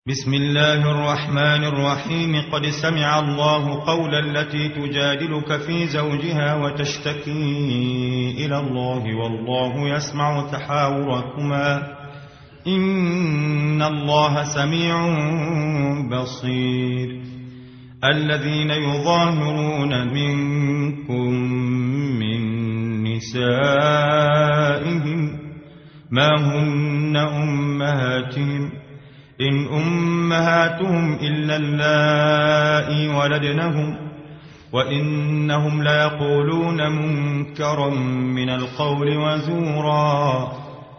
بسم الله الرحمن الرحيم. قد سمع الله قول التي تجادلك في زوجها وتشتكي إلى الله والله يسمع تحاوركما إن الله سميع بصير. الذين يظاهرون منكم من نسائهم ما هن أمهاتهم إن أمهاتهم إلا اللائي ولدنهم وإنهم ليقولون منكرا من القول وزورا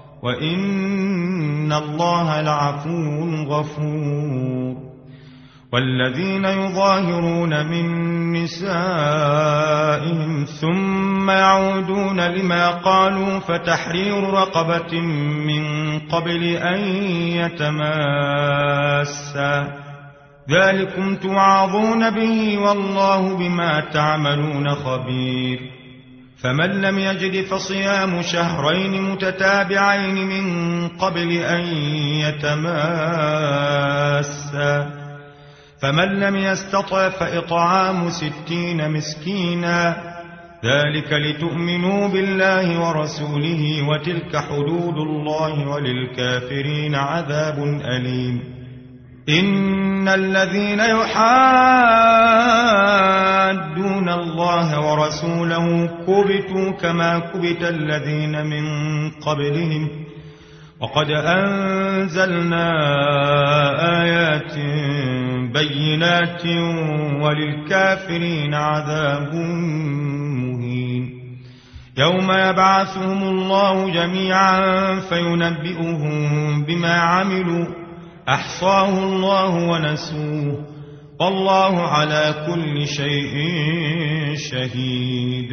وإن الله لعفو غفور. والذين يظاهرون من نسائهم ثم يعودون لما قالوا فتحرير رقبة من قبل أن يتماسا ذلكم توعظون به والله بما تعملون خبير. فمن لم يجد فصيام شهرين متتابعين من قبل أن يتماسا فمن لم يستطع فإطعام 60 مسكينا ذلك لتؤمنوا بالله ورسوله وتلك حدود الله وللكافرين عذاب أليم. إن الذين يحادون الله ورسوله كبتوا كما كبت الذين من قبلهم وقد أنزلنا آيات بينات وللكافرين عذاب مهين. يوم يبعثهم الله جميعا فينبئهم بما عملوا أحصاه الله ونسوه والله على كل شيء شهيد.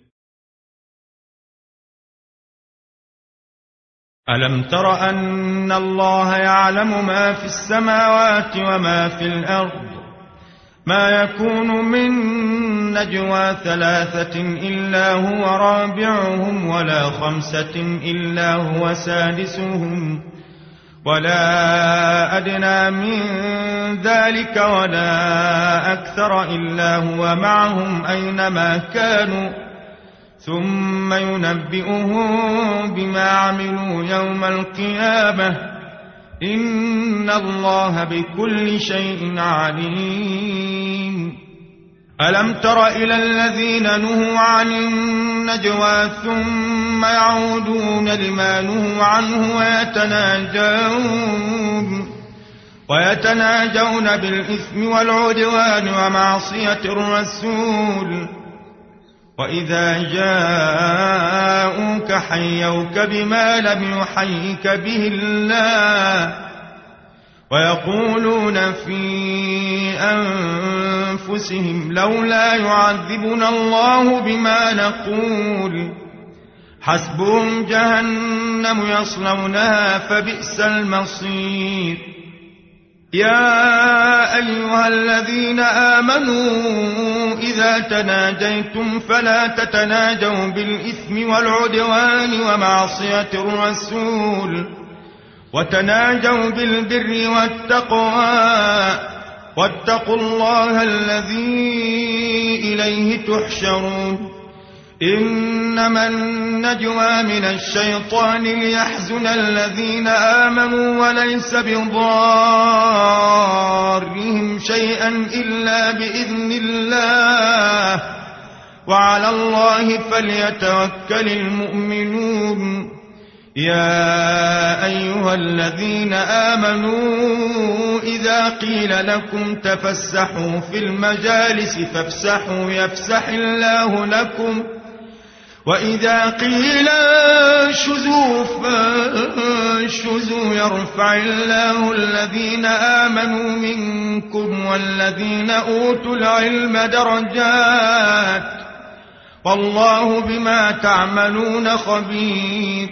ألم تر أن الله يعلم ما في السماوات وما في الأرض ما يكون من نجوى 3 إلا هو رابعهم ولا 5 إلا هو سادسهم ولا أدنى من ذلك ولا أكثر إلا هو معهم أينما كانوا ثم ينبئهم بما عملوا يوم القيامة إن الله بكل شيء عليم. ألم تر إلى الذين نهوا عن النجوى ثم يعودون لما نهوا عنه ويتناجون بالإثم والعدوان ومعصية الرسول وإذا جاءوك حيوك بما لم يحيك به الله ويقولون في أنفسهم لولا يعذبنا الله بما نقول حسبهم جهنم يصلونها فبئس المصير. يا أيها الذين آمنوا إذا تناجيتم فلا تتناجوا بالإثم والعدوان ومعصية الرسول وتناجوا بالبر والتقوى واتقوا الله الذي إليه تحشرون. إنما النجوى من الشيطان ليحزن الذين آمنوا وليس بضارهم شيئا إلا بإذن الله وعلى الله فليتوكل المؤمنون. يا أيها الذين آمنوا إذا قيل لكم تفسحوا في المجالس فافسحوا يفسح الله لكم وإذا قيل انشزوا فانشزوا يرفع الله الذين آمنوا منكم والذين أوتوا العلم درجات والله بما تعملون خبير.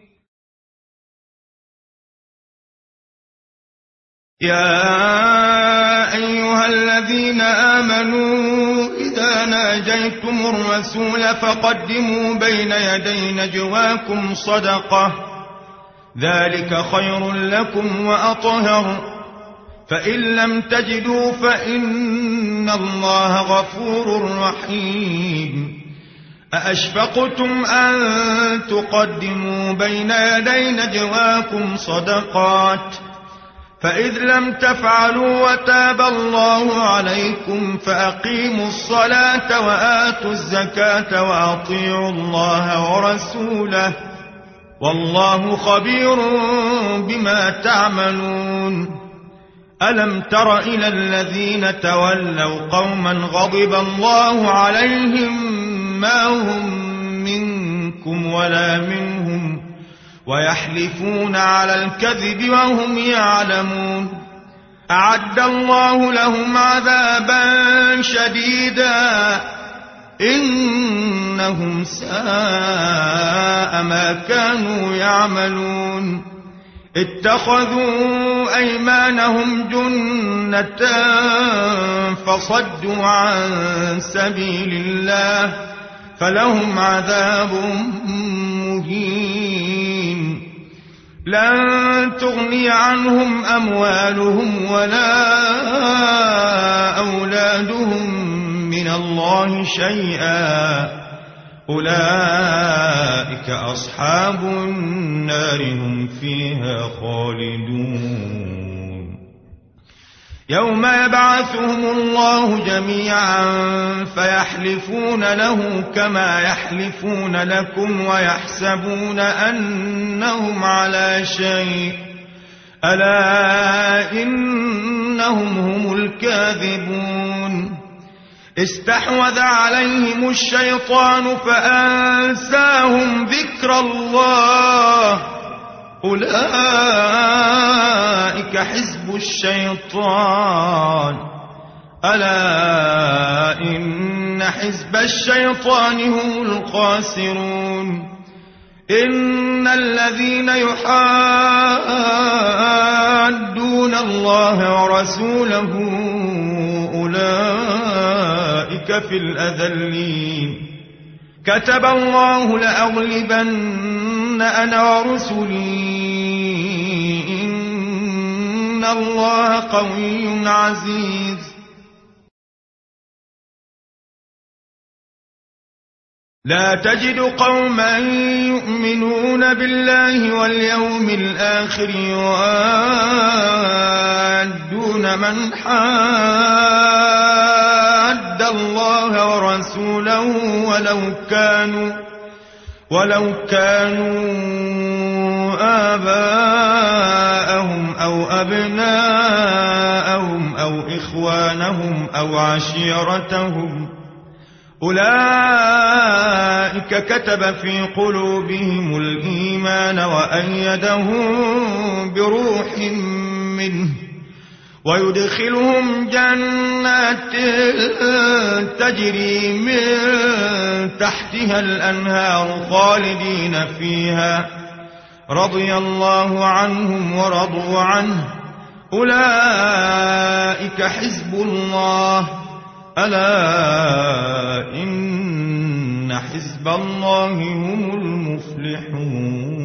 يا أيها الذين آمنوا إذا ناجيتم الرسول فقدموا بين يدي نجواكم صدقة ذلك خير لكم وأطهر فإن لم تجدوا فإن الله غفور رحيم. أأشفقتم أن تقدموا بين يدي نجواكم صدقات فإذ لم تفعلوا وتاب الله عليكم فأقيموا الصلاة وآتوا الزكاة وأطيعوا الله ورسوله والله خبير بما تعملون. ألم تر إلى الذين تولوا قوما غضب الله عليهم ما هم منكم ولا منهم ويحلفون على الكذب وهم يعلمون. أعد الله لهم عذابا شديدا إنهم ساء ما كانوا يعملون. اتخذوا أيمانهم جنة فصدوا عن سبيل الله فلهم عذاب مهين. لن تغني عنهم أموالهم ولا أولادهم من الله شيئا أولئك أصحاب النار هم فيها خالدون. يوم يبعثهم الله جميعا فيحلفون له كما يحلفون لكم ويحسبون أنهم على شيء ألا إنهم هم الكاذبون. استحوذ عليهم الشيطان فأنساهم ذكر الله أولئك حزب الشيطان ألا إن حزب الشيطان هم الخاسرون. إن الذين يحادون الله ورسوله أولئك في الأذلين. كتب الله لأغلبن أنا ورسلي إن الله قوي عزيز. لا تجد قوما يؤمنون بالله واليوم الآخر يوادون من حاد الله ورسوله ولو كانوا آباءهم أو أبناءهم أو إخوانهم أو عشيرتهم أولئك كتب في قلوبهم الإيمان وأيدهم بروح منه ويدخلهم جنات تجري من تحتها الأنهار خالدين فيها رضي الله عنهم ورضوا عنه أولئك حزب الله ألا إن حزب الله هم المفلحون.